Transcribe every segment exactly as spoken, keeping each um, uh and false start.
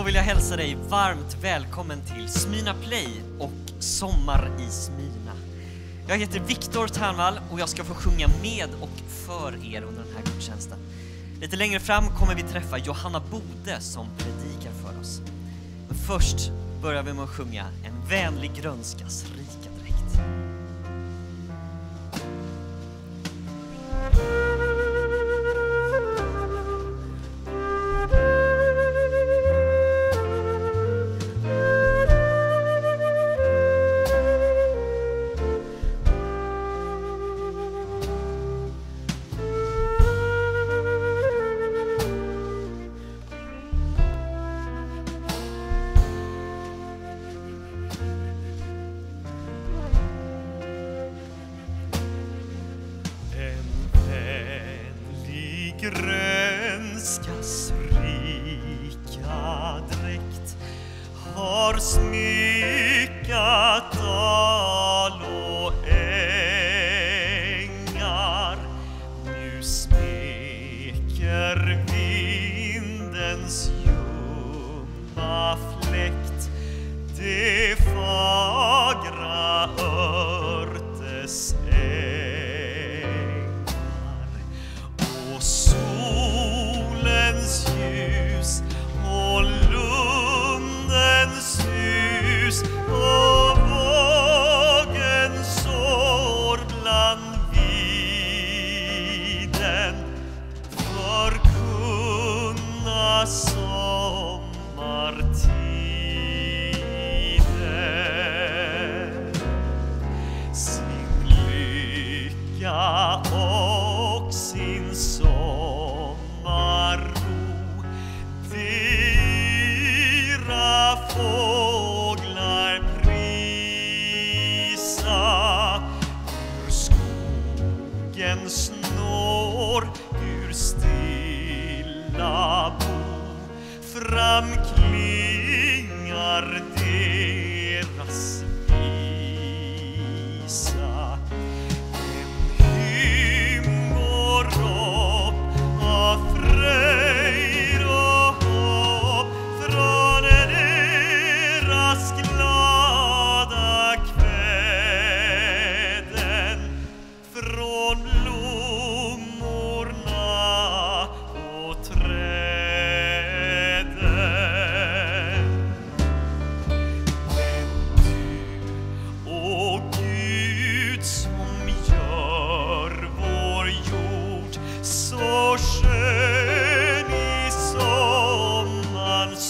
Då vill jag hälsa dig varmt välkommen till Smyrna Play och Sommar i Smyrna. Jag heter Viktor Ternvall och jag ska få sjunga med och för er under den här gudstjänsten. Lite längre fram kommer vi träffa Johanna Bode som predikar för oss. Men först börjar vi med att sjunga En vänlig grönskas rika dräkt. Grönskas rika dräkt har smyckat dal och ängar. Nu smeker vindens ljumma fläkt det fagra örtes ljus och lundens sus och vågen sår bland viden förkunna sommartiden sin lycka och sin sorg. Dyra fåglar prisa ur skogen snår, ur stilla bo framklingar deras visa. En hymn går upp av fröjd och hopp från deras glada kväden, från blommorna och träden. Men du, o Gud, som gör vår jord så skön i sommarens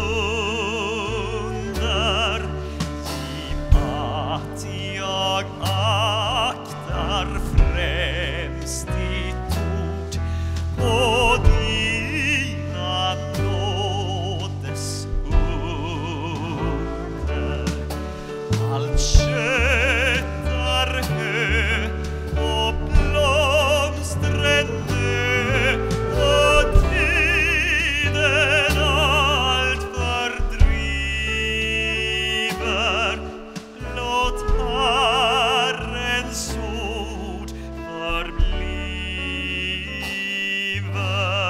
stunder, giv att jag aktar främst ditt ord och dina nådes under. Allt kött är hö och blomstren dö och tiden allt fördriver. Låt Herrens ord förbliva.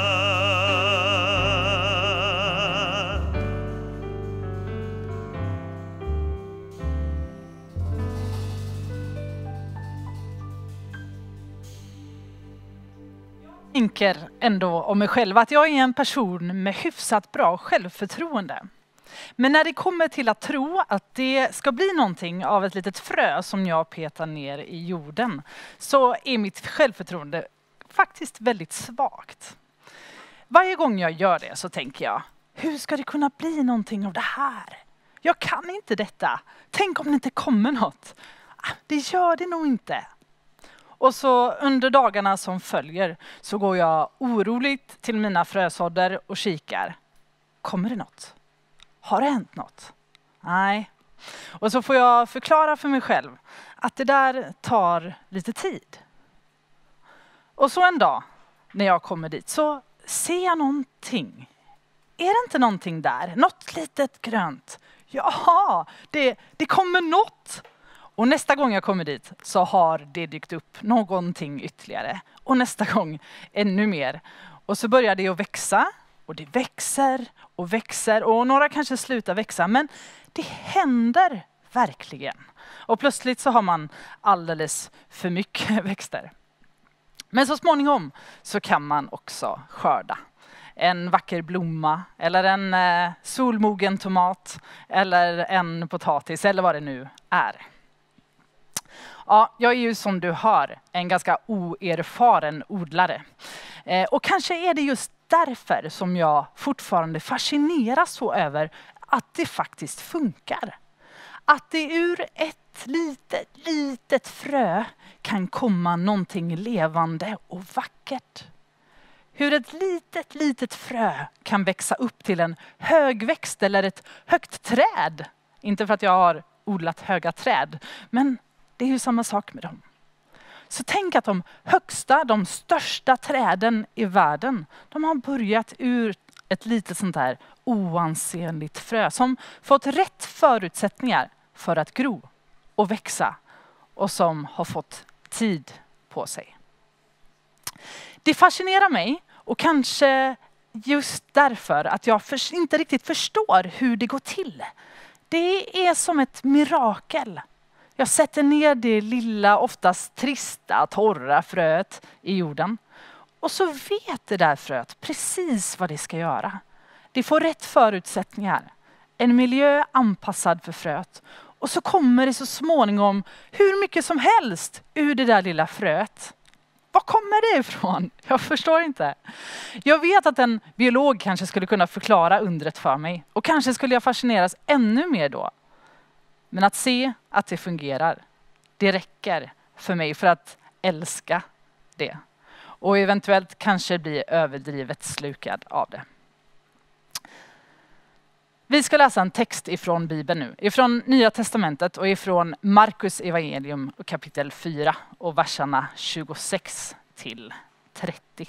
Tänker ändå om mig själv att jag är en person med hyfsat bra självförtroende. Men när det kommer till att tro att det ska bli någonting av ett litet frö som jag petar ner i jorden, så är mitt självförtroende faktiskt väldigt svagt. Varje gång jag gör det så tänker jag, hur ska det kunna bli någonting av det här? Jag kan inte detta. Tänk om det inte kommer något. Det gör det nog inte. Och så under dagarna som följer så går jag oroligt till mina frösådder och kikar. Kommer det något? Har det hänt något? Nej. Och så får jag förklara för mig själv att det där tar lite tid. Och så en dag när jag kommer dit så ser jag någonting. Är det inte någonting där? Något litet grönt. Jaha, det, det kommer något. Och nästa gång jag kommer dit så har det dykt upp någonting ytterligare. Och nästa gång ännu mer. Och så börjar det att växa och det växer och växer och några kanske slutar växa, men det händer verkligen. Och plötsligt så har man alldeles för mycket växter. Men så småningom så kan man också skörda en vacker blomma eller en eh, solmogen tomat eller en potatis eller vad det nu är. Ja, jag är ju som du hör en ganska oerfaren odlare. Eh, och kanske är det just därför som jag fortfarande fascineras så över att det faktiskt funkar. Att det ur ett litet, litet frö kan komma någonting levande och vackert. Hur ett litet, litet frö kan växa upp till en högväxt eller ett högt träd. Inte för att jag har odlat höga träd, men det är ju samma sak med dem. Så tänk att de högsta, de största träden i världen, de har börjat ur ett litet sånt där oansenligt frö som fått rätt förutsättningar för att gro och växa och som har fått tid på sig. Det fascinerar mig och kanske just därför att jag för, inte riktigt förstår hur det går till. Det är som ett mirakel. Jag sätter ner det lilla, oftast trista, torra fröet i jorden. Och så vet det där fröet precis vad det ska göra. Det får rätt förutsättningar. En miljö anpassad för fröet. Och så kommer det så småningom hur mycket som helst ur det där lilla fröet. Var kommer det ifrån? Jag förstår inte. Jag vet att en biolog kanske skulle kunna förklara undret för mig. Och kanske skulle jag fascineras ännu mer då. Men att se att det fungerar, det räcker för mig för att älska det. Och eventuellt kanske bli överdrivet slukad av det. Vi ska läsa en text ifrån Bibeln nu. Ifrån Nya Testamentet och ifrån Markus evangelium kapitel fyra och verserna tjugosex till trettio.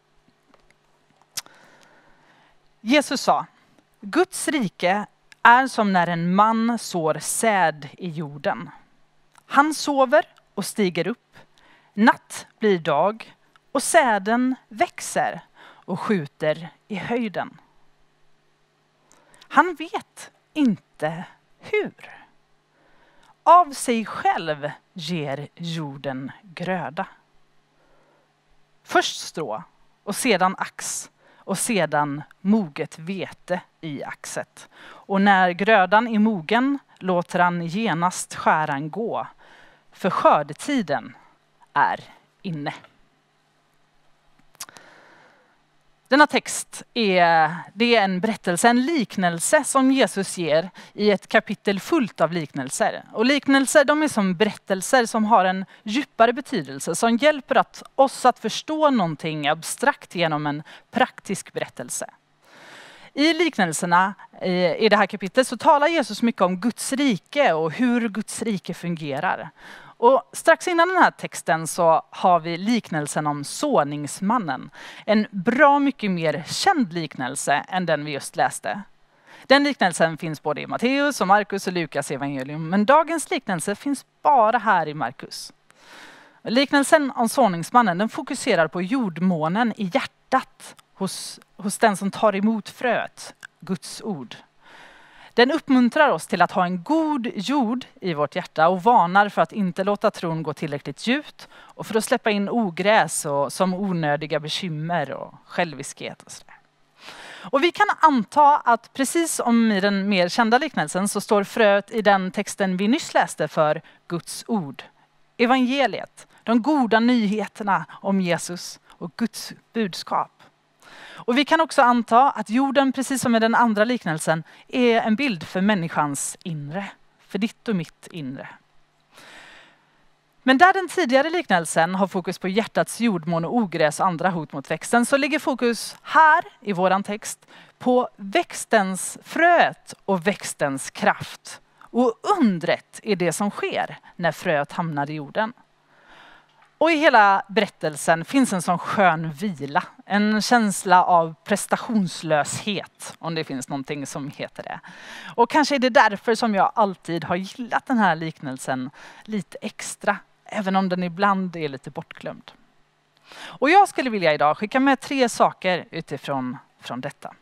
Jesus sa: Guds rike är som när en man sår säd i jorden. Han sover och stiger upp. Natt blir dag och säden växer och skjuter i höjden. Han vet inte hur. Av sig själv ger jorden gröda. Först strå och sedan ax och sedan moget vete i axet. Och när grödan är mogen låter han genast skäran gå, för skördetiden är inne. Denna text är, det är en berättelse, en liknelse som Jesus ger i ett kapitel fullt av liknelser. Och liknelser, de är som berättelser som har en djupare betydelse, som hjälper att, oss att förstå någonting abstrakt genom en praktisk berättelse. I liknelserna i det här kapitlet så talar Jesus mycket om Guds rike och hur Guds rike fungerar. Och strax innan den här texten så har vi liknelsen om såningsmannen. En bra mycket mer känd liknelse än den vi just läste. Den liknelsen finns både i Matteus och Markus och Lukas evangelium. Men dagens liknelse finns bara här i Markus. Liknelsen om såningsmannen, den fokuserar på jordmånen i hjärtat hos, hos den som tar emot fröet, Guds ord. Den uppmuntrar oss till att ha en god jord i vårt hjärta och varnar för att inte låta tron gå tillräckligt djupt och för att släppa in ogräs och, som onödiga bekymmer och själviskhet och sådär. Och vi kan anta att precis som i den mer kända liknelsen så står fröet i den texten vi nyss läste för Guds ord. Evangeliet, de goda nyheterna om Jesus och Guds budskap. Och vi kan också anta att jorden, precis som i den andra liknelsen, är en bild för människans inre. För ditt och mitt inre. Men där den tidigare liknelsen har fokus på hjärtats jordmån och ogräs och andra hot mot växten, så ligger fokus här i våran text på växtens, fröet och växtens kraft. Och undret är det som sker när fröet hamnar i jorden. Och i hela berättelsen finns en sån skön vila. En känsla av prestationslöshet, om det finns någonting som heter det. Och kanske är det därför som jag alltid har gillat den här liknelsen lite extra. Även om den ibland är lite bortglömd. Och jag skulle vilja idag skicka med tre saker utifrån från detta.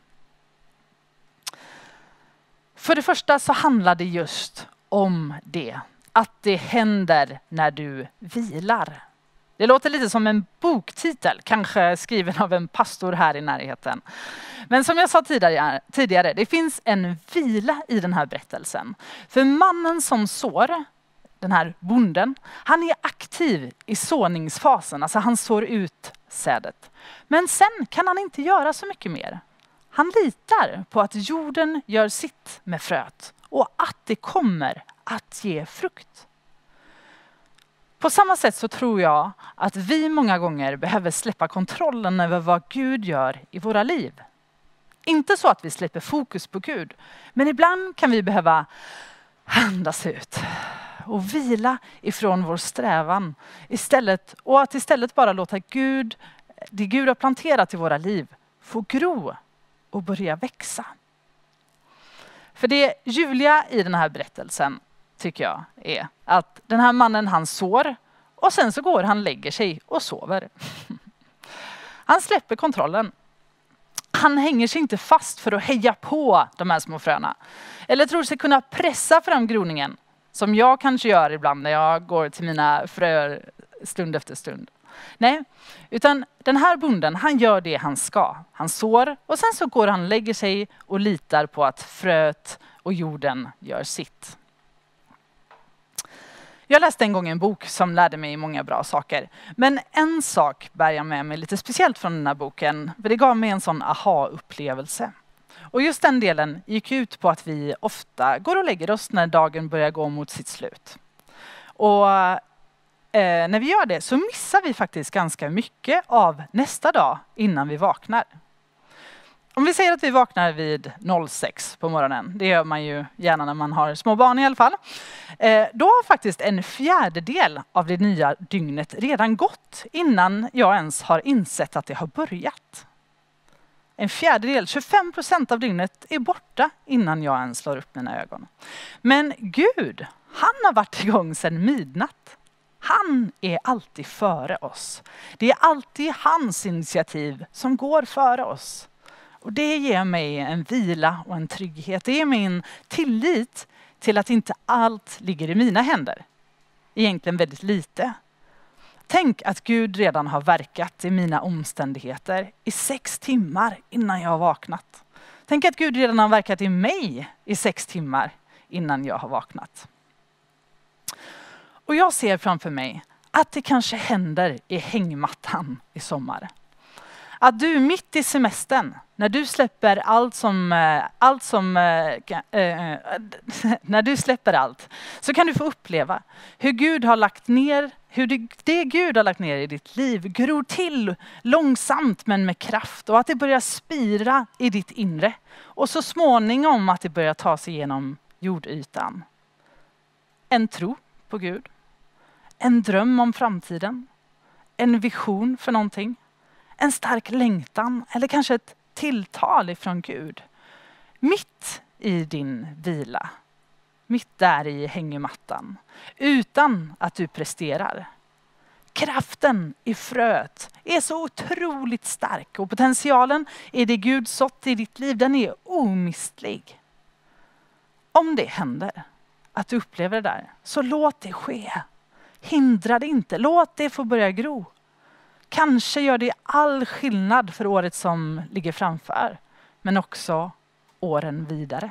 För det första så handlar det just om det. Att det händer när du vilar. Det låter lite som en boktitel, kanske skriven av en pastor här i närheten. Men som jag sa tidigare, tidigare, det finns en vila i den här berättelsen. För mannen som sår, den här bonden, han är aktiv i såningsfasen, alltså han sår ut sädet. Men sen kan han inte göra så mycket mer. Han litar på att jorden gör sitt med fröet och att det kommer att ge frukt. På samma sätt så tror jag att vi många gånger behöver släppa kontrollen över vad Gud gör i våra liv. Inte så att vi släpper fokus på Gud, men ibland kan vi behöva andas ut och vila ifrån vår strävan istället, och att istället bara låta Gud, det Gud har planterat i våra liv, få gro och börja växa. För det ljuvliga i den här berättelsen tycker jag är att den här mannen, han sår och sen så går han, lägger sig och sover. Han släpper kontrollen. Han hänger sig inte fast för att heja på de här små fröna. Eller tror sig kunna pressa fram groningen. Som jag kanske gör ibland när jag går till mina fröer stund efter stund. Nej, utan den här bonden, han gör det han ska. Han sår och sen så går han, lägger sig och litar på att fröet och jorden gör sitt. Jag läste en gång en bok som lärde mig många bra saker. Men en sak bär jag med mig lite speciellt från den här boken. För det gav mig en sån aha-upplevelse. Och just den delen gick ut på att vi ofta går och lägger oss när dagen börjar gå mot sitt slut. Och eh, när vi gör det så missar vi faktiskt ganska mycket av nästa dag innan vi vaknar. Om vi säger att vi vaknar vid sex på morgonen, det gör man ju gärna när man har små barn i alla fall. Eh, då har faktiskt en fjärdedel av det nya dygnet redan gått innan jag ens har insett att det har börjat. En fjärdedel, tjugofem procent av dygnet är borta innan jag ens slår upp mina ögon. Men Gud, han har varit igång sedan midnatt. Han är alltid före oss. Det är alltid hans initiativ som går före oss. Och det ger mig en vila och en trygghet. Det ger mig en tillit till att inte allt ligger i mina händer. Egentligen väldigt lite. Tänk att Gud redan har verkat i mina omständigheter i sex timmar innan jag har vaknat. Tänk att Gud redan har verkat i mig i sex timmar innan jag har vaknat. Och jag ser framför mig att det kanske händer i hängmattan i sommar. Att du mitt i semestern, när du släpper allt som, allt som, äh, äh, när du släpper allt, så kan du få uppleva hur Gud har lagt ner, hur det, det Gud har lagt ner i ditt liv gror till långsamt men med kraft, och att det börjar spira i ditt inre. Och så småningom att det börjar ta sig igenom jordytan. En tro på Gud, en dröm om framtiden, en vision för någonting. En stark längtan eller kanske ett tilltal ifrån Gud. Mitt i din vila. Mitt där i hängmattan. Utan att du presterar. Kraften i fröet är så otroligt stark. Och potentialen i det Gud sått i ditt liv, den är omistlig. Om det händer att du upplever det där, så låt det ske. Hindra det inte. Låt det få börja gro. Kanske gör det all skillnad för året som ligger framför, men också åren vidare.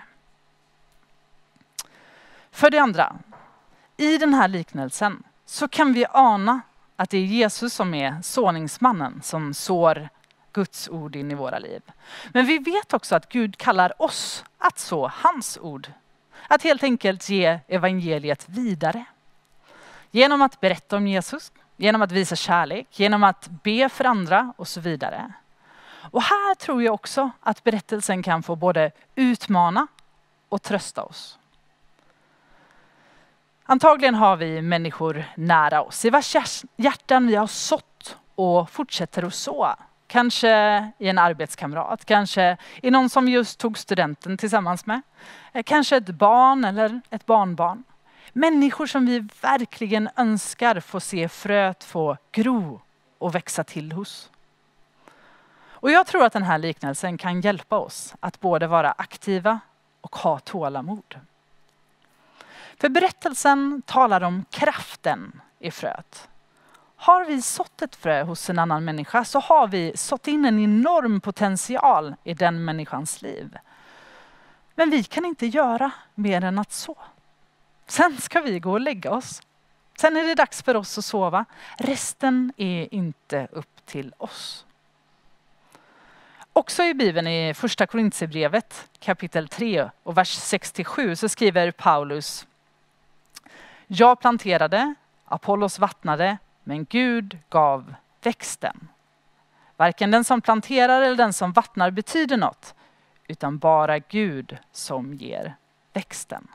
För det andra, i den här liknelsen så kan vi ana att det är Jesus som är såningsmannen som sår Guds ord in i våra liv. Men vi vet också att Gud kallar oss att så hans ord. Att helt enkelt ge evangeliet vidare. Genom att berätta om Jesus. Genom att visa kärlek, genom att be för andra och så vidare. Och här tror jag också att berättelsen kan få både utmana och trösta oss. Antagligen har vi människor nära oss, i vars hjärtan vi har sått och fortsätter att så. Kanske i en arbetskamrat, kanske i någon som just tog studenten tillsammans med. Kanske ett barn eller ett barnbarn. Människor som vi verkligen önskar få se fröet få gro och växa till hos. Och jag tror att den här liknelsen kan hjälpa oss att både vara aktiva och ha tålamod. För berättelsen talar om kraften i fröet. Har vi sått ett frö hos en annan människa så har vi sått in en enorm potential i den människans liv. Men vi kan inte göra mer än att så. Sen ska vi gå och lägga oss. Sen är det dags för oss att sova. Resten är inte upp till oss. Också i Bibeln i första Korintierbrevet kapitel tre och vers sex till sju så skriver Paulus: Jag planterade, Apollos vattnade, men Gud gav växten. Varken den som planterar eller den som vattnar betyder något, utan bara Gud som ger växten.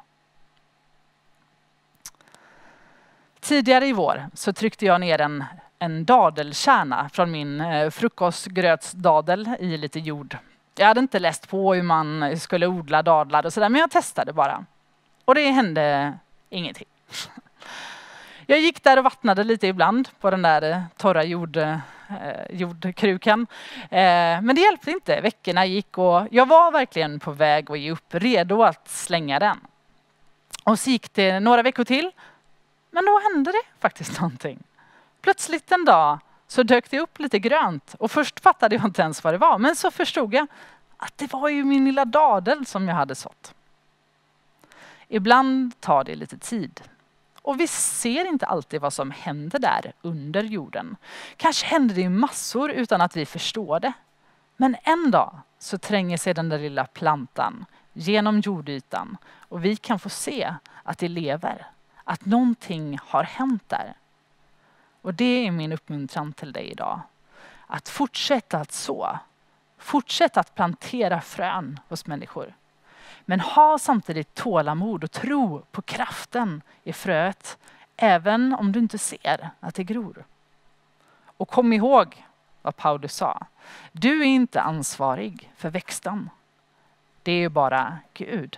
Tidigare i vår så tryckte jag ner en, en dadelkärna från min eh, frukostgrötsdadel i lite jord. Jag hade inte läst på hur man skulle odla dadlar och sådär, men jag testade bara. Och det hände ingenting. Jag gick där och vattnade lite ibland på den där torra jord, eh, jordkrukan. Eh, men det hjälpte inte. Veckorna gick och jag var verkligen på väg att ge upp, redo att slänga den. Och så gick det några veckor till. Men då hände det faktiskt någonting. Plötsligt en dag så dök det upp lite grönt. Och först fattade jag inte ens vad det var. Men så förstod jag att det var ju min lilla dadel som jag hade sått. Ibland tar det lite tid. Och vi ser inte alltid vad som händer där under jorden. Kanske händer det massor utan att vi förstår det. Men en dag så tränger sig den där lilla plantan genom jordytan. Och vi kan få se att det lever. Att någonting har hänt där. Och det är min uppmuntran till dig idag. Att fortsätta att så. Fortsätta att plantera frön hos människor. Men ha samtidigt tålamod och tro på kraften i fröet. Även om du inte ser att det gror. Och kom ihåg vad Paulus sa. Du är inte ansvarig för växten. Det är bara Gud.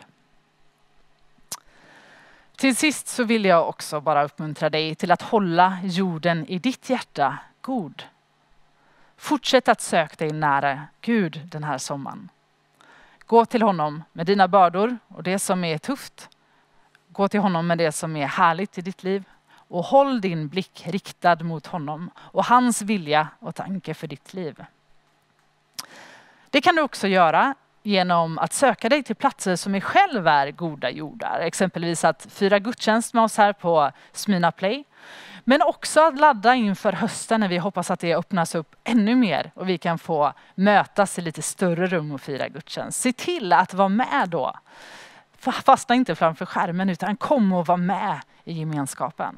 Till sist så vill jag också bara uppmuntra dig till att hålla jorden i ditt hjärta god. Fortsätt att söka dig nära Gud den här sommaren. Gå till honom med dina bördor och det som är tufft. Gå till honom med det som är härligt i ditt liv. Och håll din blick riktad mot honom och hans vilja och tanke för ditt liv. Det kan du också göra genom att söka dig till platser som är själv är goda jordar. Exempelvis att fira gudstjänst med oss här på Smyna Play. Men också att ladda inför hösten när vi hoppas att det öppnas upp ännu mer. Och vi kan få mötas i lite större rum och fira gudstjänst. Se till att vara med då. Fastna inte framför skärmen utan kom och var med i gemenskapen.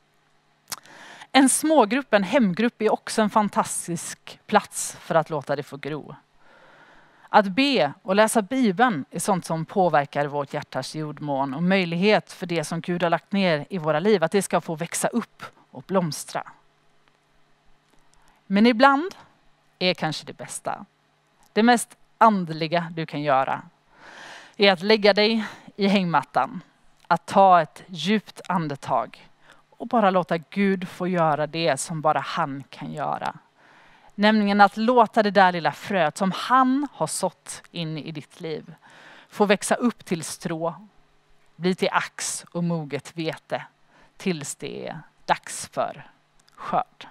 En smågrupp, en hemgrupp är också en fantastisk plats för att låta det få gro. Att be och läsa Bibeln är sånt som påverkar vårt hjärtas jordmån och möjlighet för det som Gud har lagt ner i våra liv, att det ska få växa upp och blomstra. Men ibland är kanske det bästa, det mest andliga du kan göra, är att lägga dig i hängmattan, att ta ett djupt andetag och bara låta Gud få göra det som bara han kan göra. Nämligen att låta det där lilla fröet som han har sått in i ditt liv få växa upp till strå, bli till ax och moget vete tills det är dags för skörd.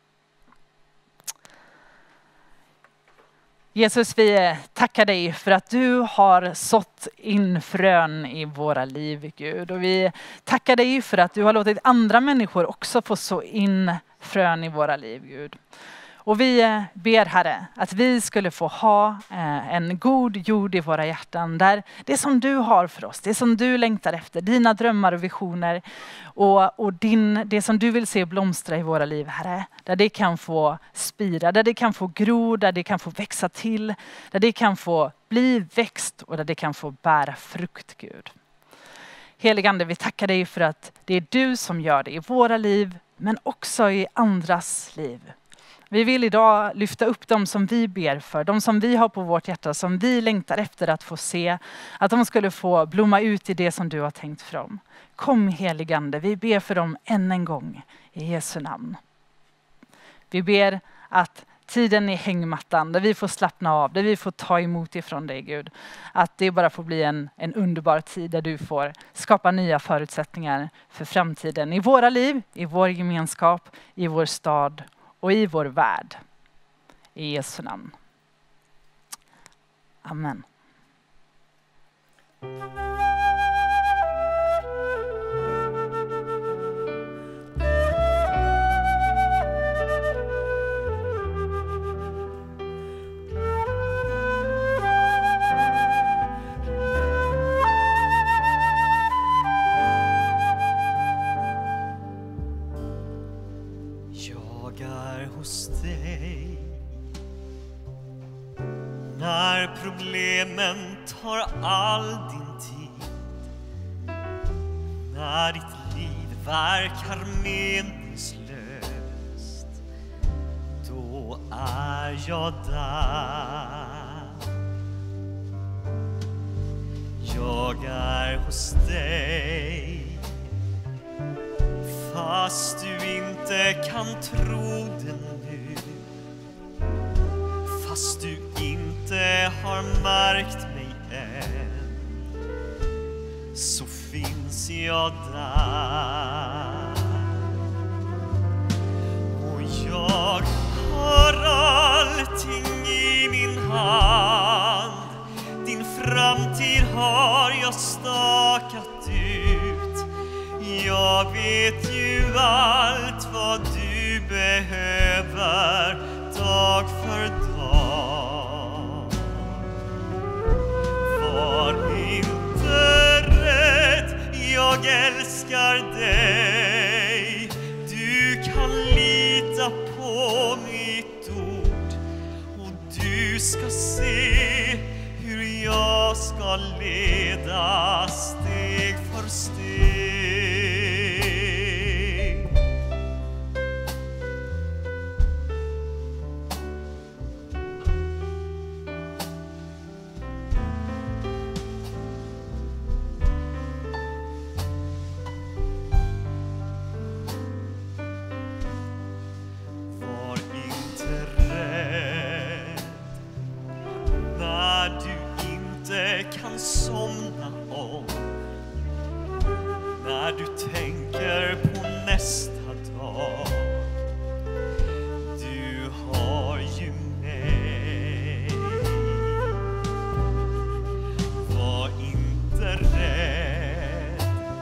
Jesus, vi tackar dig för att du har sått in frön i våra liv, Gud. Och vi tackar dig för att du har låtit andra människor också få så in frön i våra liv, Gud. Och vi ber, Herre, att vi skulle få ha en god jord i våra hjärtan. Där det som du har för oss, det som du längtar efter, dina drömmar och visioner. Och, och din, det som du vill se blomstra i våra liv, Herre. Där det kan få spira, där det kan få gro, där det kan få växa till. Där det kan få bli växt och där det kan få bära frukt, Gud. Heligande, vi tackar dig för att det är du som gör det i våra liv, men också i andras liv. Vi vill idag lyfta upp dem som vi ber för, de som vi har på vårt hjärta, som vi längtar efter att få se, att de skulle få blomma ut i det som du har tänkt för dem. Kom heligande, vi ber för dem än en gång i Jesu namn. Vi ber att tiden i hängmattan, där vi får slappna av, där vi får ta emot ifrån dig, Gud. Att det bara får bli en, en underbar tid där du får skapa nya förutsättningar för framtiden i våra liv, i vår gemenskap, i vår stad och i vår värld. I Jesu namn. Amen. Jag är hos dig när problemen tar all din tid, när ditt liv verkar meningslöst, då är jag där. Jag är hos dig fast du inte kan tro det nu, fast du inte har märkt mig än, så finns jag där. Och jag har allting i min hand, din framtid har jag stakat ut. Jag vet ju allt vad du behöver dag för dag. Var inte rädd, jag älskar dig. Du kan lita på mitt ord, och du ska se hur jag ska leda steg för steg. Kan somna om när du tänker på nästa dag. Du har ju mig. Var inte rädd,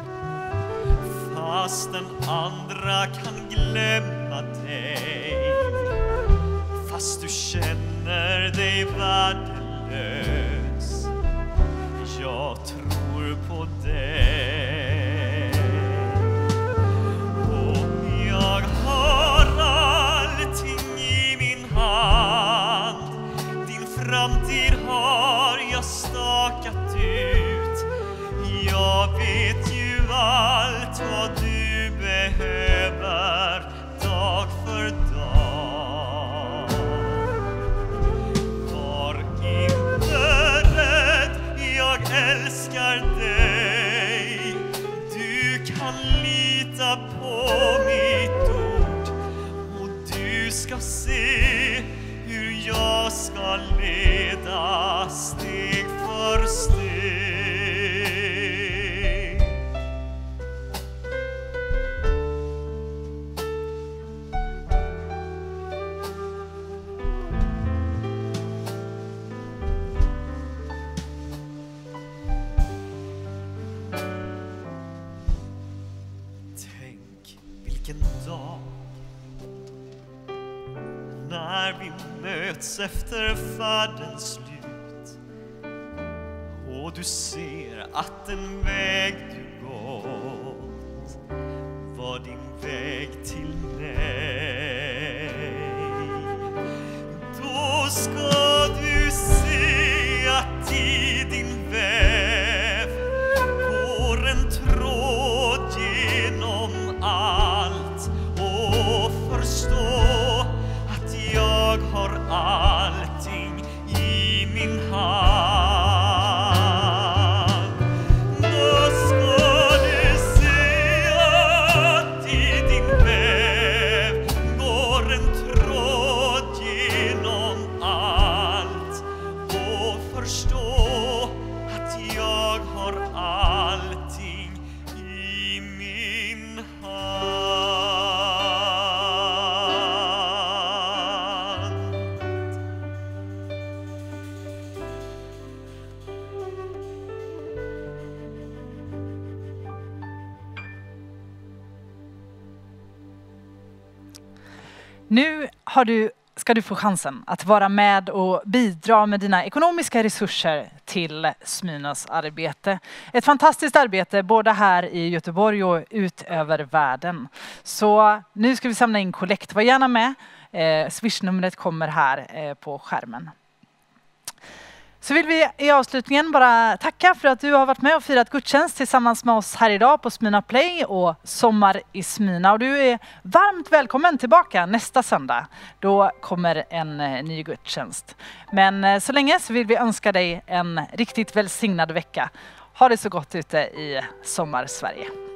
fast den andra kan glömma dig, fast du känner dig värdelös. Jag tror på dig, och jag har allting i min hand. Din framtid har jag stakat ut. Jag vet ju allt vad du behöver dag för dag. Var inte rädd, jag älskar dig. Du kan lita på mitt ord, och du ska se hur jag ska leda steg för steg. Vilken dag när vi möts efter färdens slut, och du ser att den väg du gått var din väg till mig. Då ska du se att i din väv går en tråd genom allt, och förstå att jag har allting i min hand. Då ska du se att i din väv går en tråd genom Nu har du, ska du få chansen att vara med och bidra med dina ekonomiska resurser till Smyrnas arbete. Ett fantastiskt arbete både här i Göteborg och ut över världen. Så nu ska vi samla in kollekt. Var gärna med. Eh, Swish-numret kommer här eh, på skärmen. Så vill vi i avslutningen bara tacka för att du har varit med och firat gudstjänst tillsammans med oss här idag på Smyrna Play och Sommar i Smyrna. Och du är varmt välkommen tillbaka nästa söndag. Då kommer en ny gudstjänst. Men så länge så vill vi önska dig en riktigt välsignad vecka. Ha det så gott ute i Sommar Sverige.